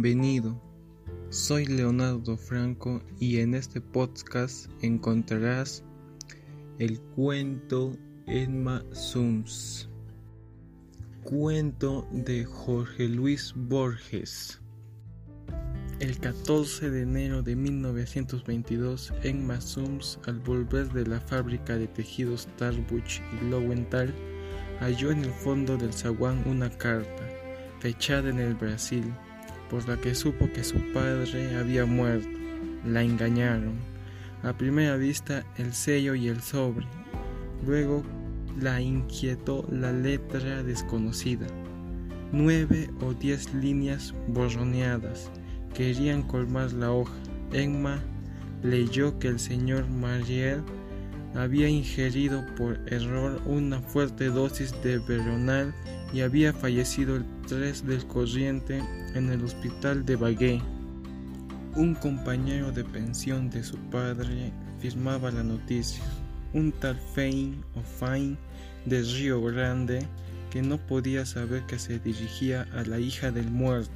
Bienvenido, soy Leonardo Franco y en este podcast encontrarás el cuento Emma Sums, cuento de Jorge Luis Borges. El 14 de enero de 1922, Emma Sums, al volver de la fábrica de tejidos Tarbuch y Lowenthal, halló en el fondo del zaguán una carta, fechada en el Brasil, por la que supo que su padre había muerto. La engañaron. A primera vista el sello y el sobre. Luego la inquietó la letra desconocida. 9 o 10 líneas borroneadas querían colmar la hoja. Emma leyó que el señor Marrier había ingerido por error una fuerte dosis de veronal y había fallecido el 3 del corriente en el hospital de Bagué. Un compañero de pensión de su padre firmaba la noticia, un tal Fein o Fain de Río Grande, que no podía saber que se dirigía a la hija del muerto.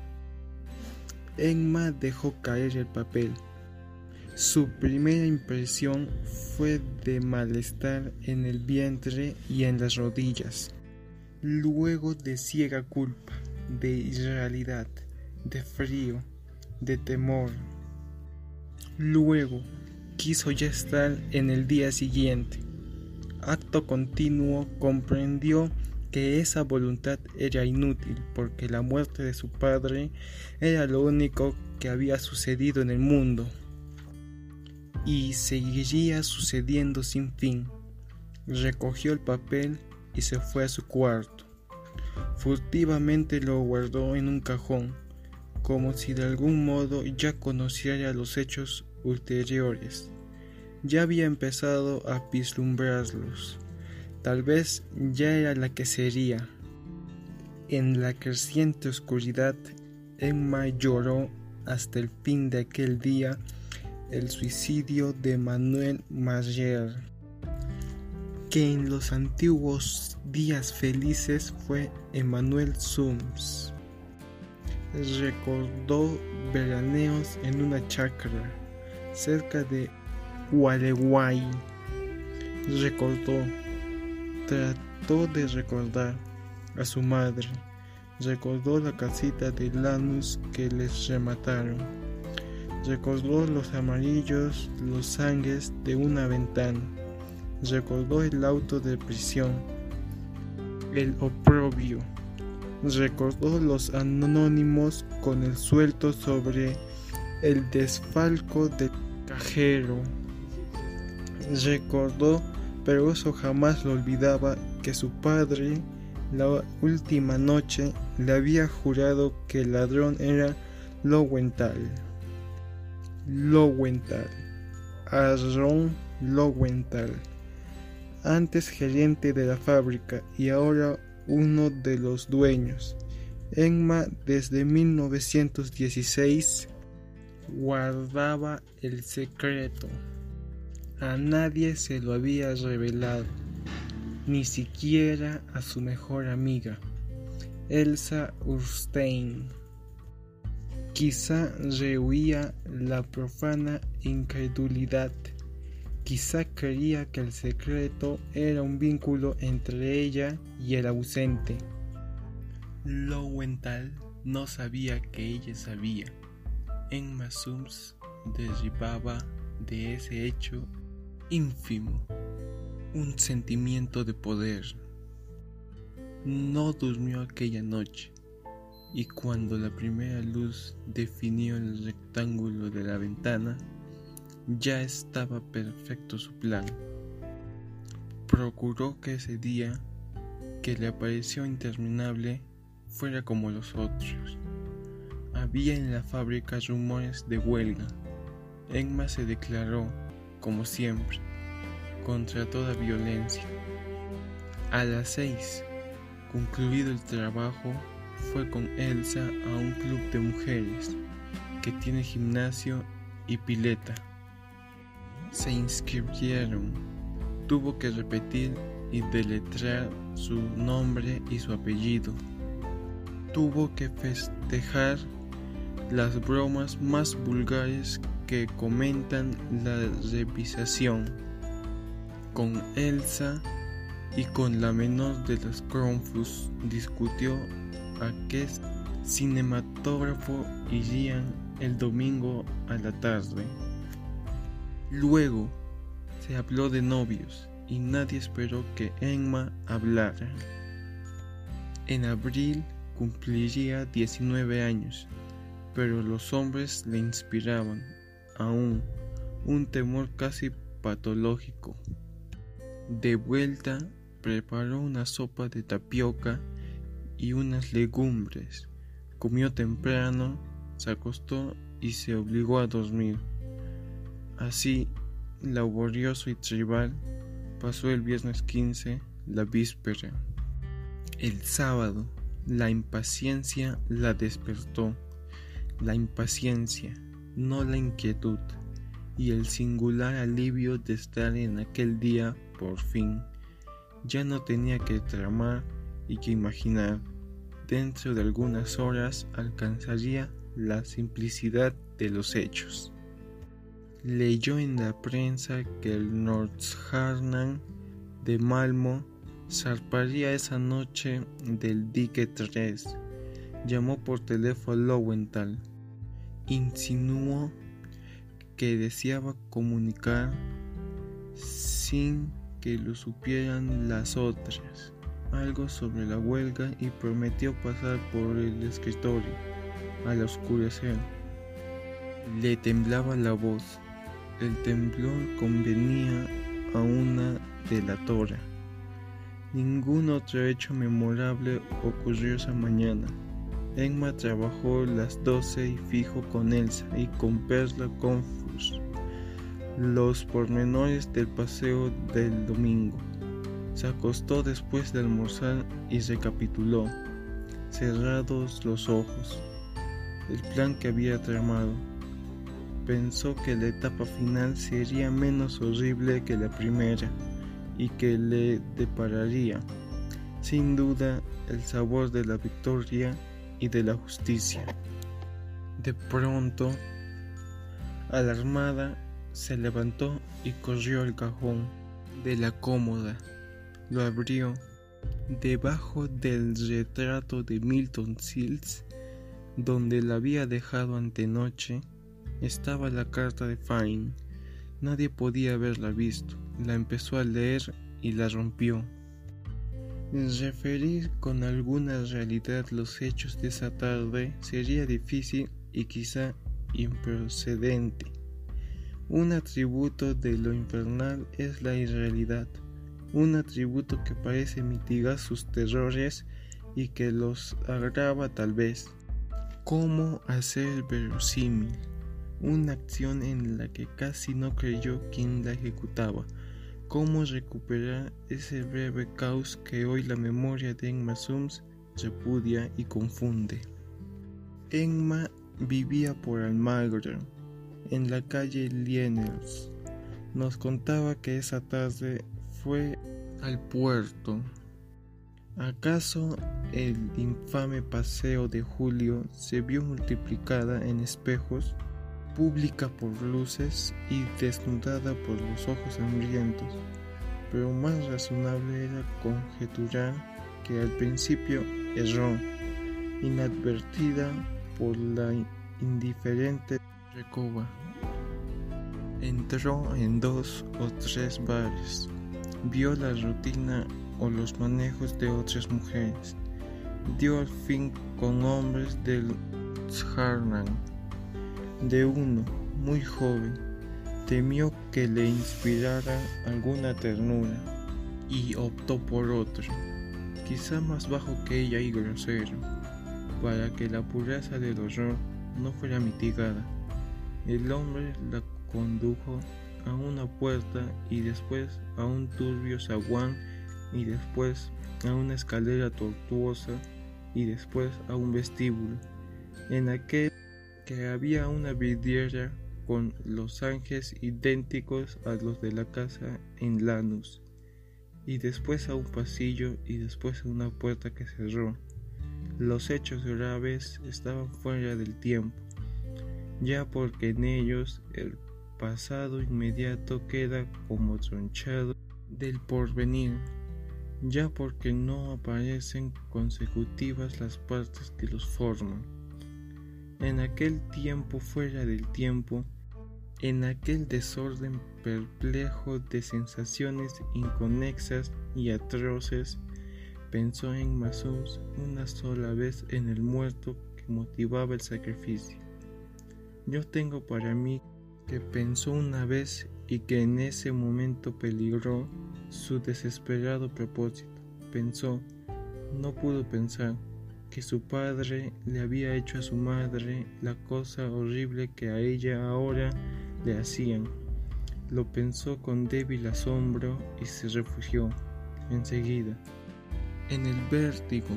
Emma dejó caer el papel. Su primera impresión fue de malestar en el vientre y en las rodillas, luego de ciega culpa, de irrealidad, de frío, de temor. Luego quiso ya estar en el día siguiente. Acto continuo comprendió que esa voluntad era inútil, porque la muerte de su padre era lo único que había sucedido en el mundo y seguiría sucediendo sin fin. Recogió el papel y se fue a su cuarto. Furtivamente lo guardó en un cajón, como si de algún modo ya conociera los hechos ulteriores. Ya había empezado a vislumbrarlos. Tal vez ya era la que sería. En la creciente oscuridad, Emma lloró hasta el fin de aquel día el suicidio de Manuel Marrier, que en los antiguos días felices fue Emmanuel Sums. Recordó veraneos en una chacra cerca de Gualeguay. Trató de recordar a su madre. Recordó la casita de Lanús que les remataron. Recordó los amarillos, los sangues de una ventana. Recordó el auto de prisión, el oprobio. Recordó los anónimos con el sueldo sobre el desfalco del cajero. Recordó, pero eso jamás lo olvidaba, que su padre, la última noche, le había jurado que el ladrón era Lowenthal, Aaron Lowenthal, antes gerente de la fábrica y ahora uno de los dueños. Emma desde 1916 guardaba el secreto. A nadie se lo había revelado, ni siquiera a su mejor amiga, Elsa Urstein. Quizá rehuía la profana incredulidad. Quizá creía que el secreto era un vínculo entre ella y el ausente. Lowenthal no sabía que ella sabía. Emma Sums derivaba de ese hecho ínfimo un sentimiento de poder. No durmió aquella noche, y cuando la primera luz definió el rectángulo de la ventana, ya estaba perfecto su plan. Procuró que ese día, que le pareció interminable, fuera como los otros. Había en la fábrica rumores de huelga. Emma se declaró, como siempre, contra toda violencia. A las 6, concluido el trabajo, fue con Elsa a un club de mujeres que tiene gimnasio y pileta. Se inscribieron. Tuvo que repetir y deletrear su nombre y su apellido. Tuvo que festejar las bromas más vulgares que comentan la revisación. Con Elsa y con la menor de las Kronfus discutió a qué cinematógrafo irían el domingo a la tarde. Luego se habló de novios y nadie esperó que Emma hablara. En abril cumpliría 19 años, pero los hombres le inspiraban aún un temor casi patológico. De vuelta, preparó una sopa de tapioca y unas legumbres, comió temprano, se acostó y se obligó a dormir. Así, laborioso y tribal, pasó el viernes 15, la víspera. El sábado, la impaciencia la despertó. La impaciencia, no la inquietud, y el singular alivio de estar en aquel día por fin. Ya no tenía que tramar y que imaginar. Dentro de algunas horas alcanzaría la simplicidad de los hechos. Leyó en la prensa que el Nordstjernan de Malmö zarparía esa noche del dique 3. Llamó por teléfono a Lowenthal. Insinuó que deseaba comunicar sin que lo supieran las otras algo sobre la huelga y prometió pasar por el escritorio al oscurecer. Le temblaba la voz. El temblor convenía a una delatora. Ningún otro hecho memorable ocurrió esa mañana. Emma trabajó las 12 y fijo con Elsa y con Perla Kronfus los pormenores del paseo del domingo. Se acostó después de almorzar y recapituló, cerrados los ojos, el plan que había tramado. Pensó que la etapa final sería menos horrible que la primera y que le depararía, sin duda, el sabor de la victoria y de la justicia. De pronto, alarmada, se levantó y corrió al cajón de la cómoda. Lo abrió. Debajo del retrato de Milton Sills, donde la había dejado antenoche, estaba la carta de Fine. Nadie podía haberla visto. La empezó a leer y la rompió. Referir con alguna realidad los hechos de esa tarde sería difícil y quizá improcedente. Un atributo de lo infernal es la irrealidad, un atributo que parece mitigar sus terrores y que los agrava tal vez. ¿Cómo hacer verosímil una acción en la que casi no creyó quien la ejecutaba? ¿Cómo recuperar ese breve caos que hoy la memoria de Emma Sums repudia y confunde? Emma vivía por Almagro, en la calle Lieners. Nos contaba que esa tarde fue al puerto. ¿Acaso el infame paseo de julio se vio multiplicada en espejos, pública por luces y desnudada por los ojos hambrientos? Pero más razonable era conjeturar que al principio erró, inadvertida por la indiferente recoba. Entró en 2 o 3 bares, vio la rutina o los manejos de otras mujeres, dio al fin con hombres del Nordstjernan. De uno, muy joven, temió que le inspirara alguna ternura y optó por otro, quizá más bajo que ella y grosero, para que la pureza del horror no fuera mitigada. El hombre la condujo a una puerta y después a un turbio zaguán y después a una escalera tortuosa y después a un vestíbulo, en aquel que había una vidriera con losanges idénticos a los de la casa en Lanús, y después a un pasillo y después a una puerta que cerró. Los hechos graves estaban fuera del tiempo, ya porque en ellos el pasado inmediato queda como tronchado del porvenir, ya porque no aparecen consecutivas las partes que los forman. En aquel tiempo fuera del tiempo, en aquel desorden perplejo de sensaciones inconexas y atroces, pensó en Masums una sola vez en el muerto que motivaba el sacrificio. Yo tengo para mí que pensó una vez y que en ese momento peligró su desesperado propósito. Pensó, no pudo pensar, que su padre le había hecho a su madre la cosa horrible que a ella ahora le hacían. Lo pensó con débil asombro y se refugió, enseguida, en el vértigo.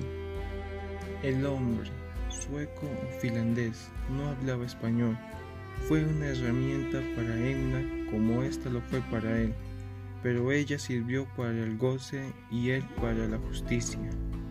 El hombre, sueco o finlandés, no hablaba español. Fue una herramienta para Edna como ésta lo fue para él, pero ella sirvió para el goce y él para la justicia.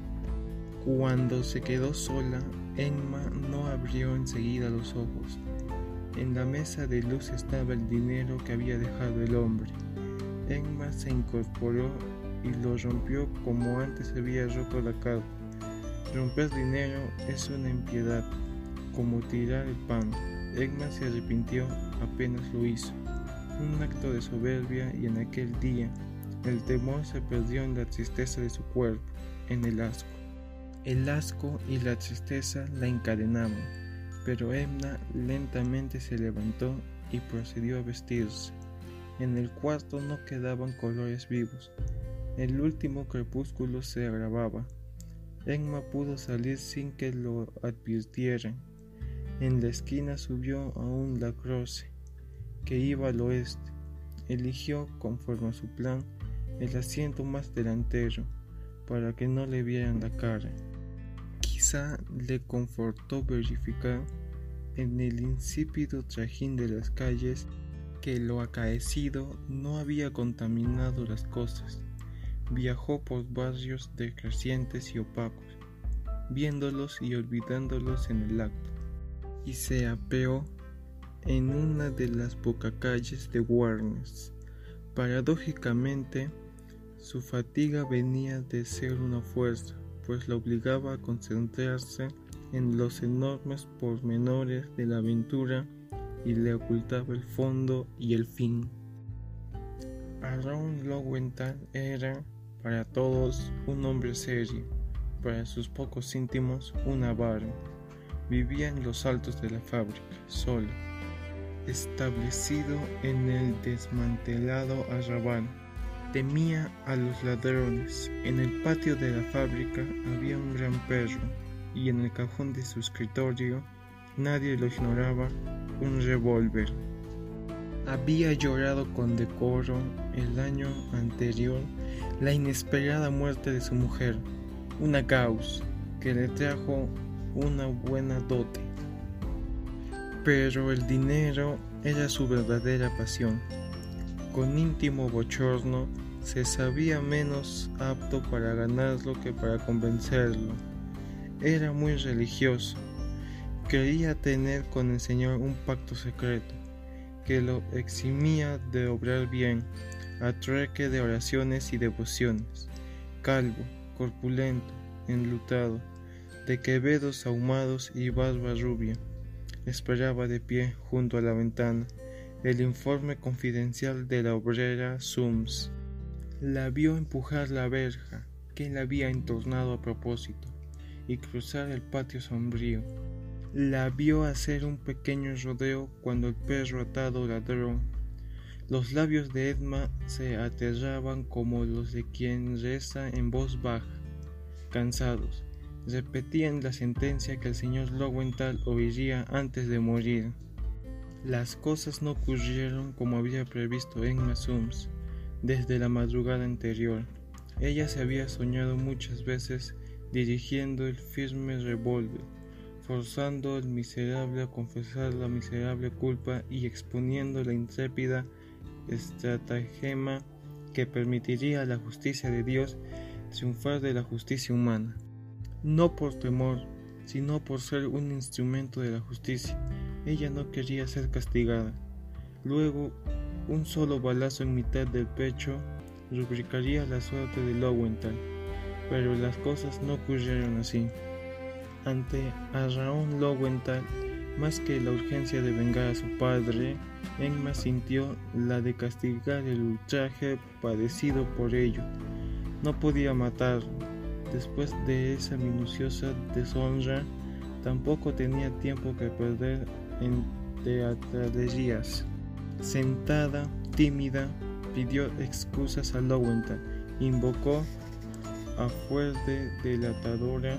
Cuando se quedó sola, Emma no abrió enseguida los ojos. En la mesa de luz estaba el dinero que había dejado el hombre. Emma se incorporó y lo rompió como antes había roto la carta. Romper dinero es una impiedad, como tirar el pan. Emma se arrepintió apenas lo hizo. Un acto de soberbia, y en aquel día el temor se perdió en la tristeza de su cuerpo, en el asco. El asco y la tristeza la encadenaban, pero Edna lentamente se levantó y procedió a vestirse. En el cuarto no quedaban colores vivos. El último crepúsculo se agravaba. Emma pudo salir sin que lo advirtieran. En la esquina subió a un Lacrosse que iba al oeste. Eligió, conforme a su plan, el asiento más delantero, para que no le vieran la cara. Quizá le confortó verificar en el insípido trajín de las calles que lo acaecido no había contaminado las cosas. Viajó por barrios decrecientes y opacos, viéndolos y olvidándolos en el acto, y se apeó en una de las bocacalles de Warnes. Paradójicamente, su fatiga venía de ser una fuerza, pues la obligaba a concentrarse en los enormes pormenores de la aventura y le ocultaba el fondo y el fin. Aaron Lowenthal era, para todos, un hombre serio, para sus pocos íntimos, un avaro. Vivía en los altos de la fábrica, solo, establecido en el desmantelado arrabal. Temía a los ladrones. En el patio de la fábrica había un gran perro, y en el cajón de su escritorio, nadie lo ignoraba, un revólver. Había llorado con decoro el año anterior la inesperada muerte de su mujer, una Gauss, que le trajo una buena dote. Pero el dinero era su verdadera pasión. Con íntimo bochorno, se sabía menos apto para ganarlo que para convencerlo. Era muy religioso. Creía tener con el Señor un pacto secreto, que lo eximía de obrar bien, a trueque de oraciones y devociones. Calvo, corpulento, enlutado, de quevedos ahumados y barba rubia, esperaba de pie junto a la ventana el informe confidencial de la obrera Sums. La vio empujar la verja que él había entornado a propósito y cruzar el patio sombrío. La vio hacer un pequeño rodeo cuando el perro atado ladró. Los labios de Edma se aterraban como los de quien reza en voz baja. Cansados, repetían la sentencia que el señor Lowenthal oiría antes de morir. Las cosas no ocurrieron como había previsto Emma Sums desde la madrugada anterior. Ella se había soñado muchas veces dirigiendo el firme revólver, forzando al miserable a confesar la miserable culpa y exponiendo la intrépida estratagema que permitiría a la justicia de Dios triunfar de la justicia humana, no por temor, sino por ser un instrumento de la justicia, Ella no quería ser castigada. Luego, un solo balazo en mitad del pecho rubricaría la suerte de Lowenthal, pero las cosas no ocurrieron así. Ante Raoul Lowenthal, más que la urgencia de vengar a su padre, Emma sintió la de castigar el ultraje padecido por ello. No podía matarlo. Después de esa minuciosa deshonra, tampoco tenía tiempo que perder en teatralerías. Sentada, tímida, pidió excusas a Lowenthal, invocó a fuerte delatadora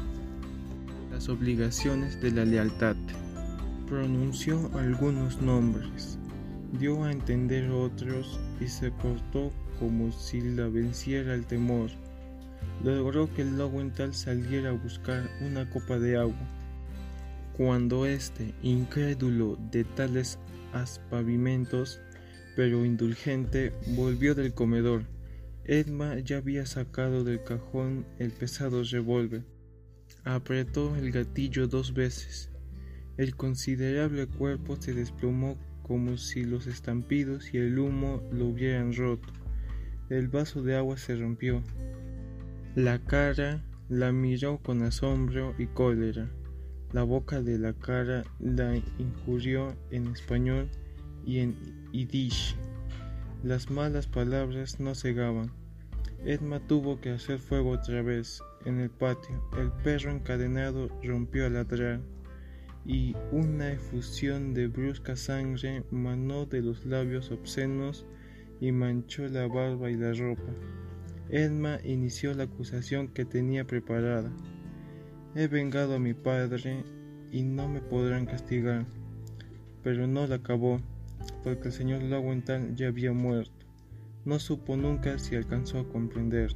las obligaciones de la lealtad. Pronunció algunos nombres, dio a entender otros y se cortó como si la venciera el temor. Logró que Lowenthal saliera a buscar una copa de agua. Cuando éste, incrédulo de tales aspavientos, pero indulgente, volvió del comedor, Emma ya había sacado del cajón el pesado revólver. Apretó el gatillo 2 veces. El considerable cuerpo se desplomó como si los estampidos y el humo lo hubieran roto. El vaso de agua se rompió. La cara la miró con asombro y cólera. La boca de la cara la injurió en español y en yiddish. Las malas palabras no cegaban. Emma tuvo que hacer fuego otra vez. En el patio, el perro encadenado rompió a ladrar, y una efusión de brusca sangre manó de los labios obscenos y manchó la barba y la ropa. Emma inició la acusación que tenía preparada. He vengado a mi padre y no me podrán castigar. Pero no la acabó, porque el señor Lowenthal ya había muerto. No supo nunca si alcanzó a comprender.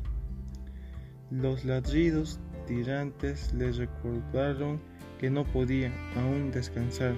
Los ladridos tirantes le recordaron que no podía aún descansar.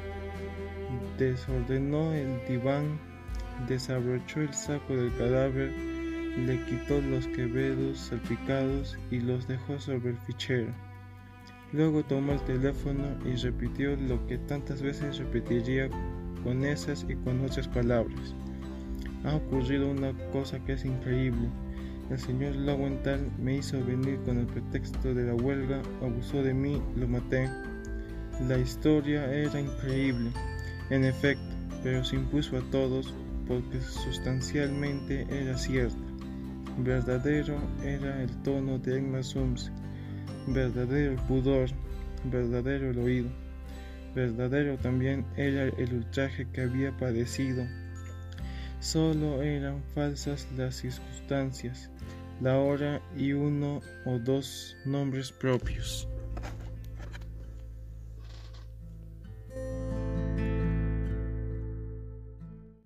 Desordenó el diván, desabrochó el saco del cadáver, le quitó los quevedos salpicados y los dejó sobre el fichero. Luego tomó el teléfono y repitió lo que tantas veces repetiría con esas y con otras palabras. Ha ocurrido una cosa que es increíble. El señor Lowenthal me hizo venir con el pretexto de la huelga, abusó de mí, lo maté. La historia era increíble, en efecto, pero se impuso a todos porque sustancialmente era cierta. Verdadero era el tono de Emma Sums, verdadero el pudor, verdadero el oído, verdadero también era el ultraje que había padecido. Solo eran falsas las circunstancias, la hora y 1 o 2 nombres propios.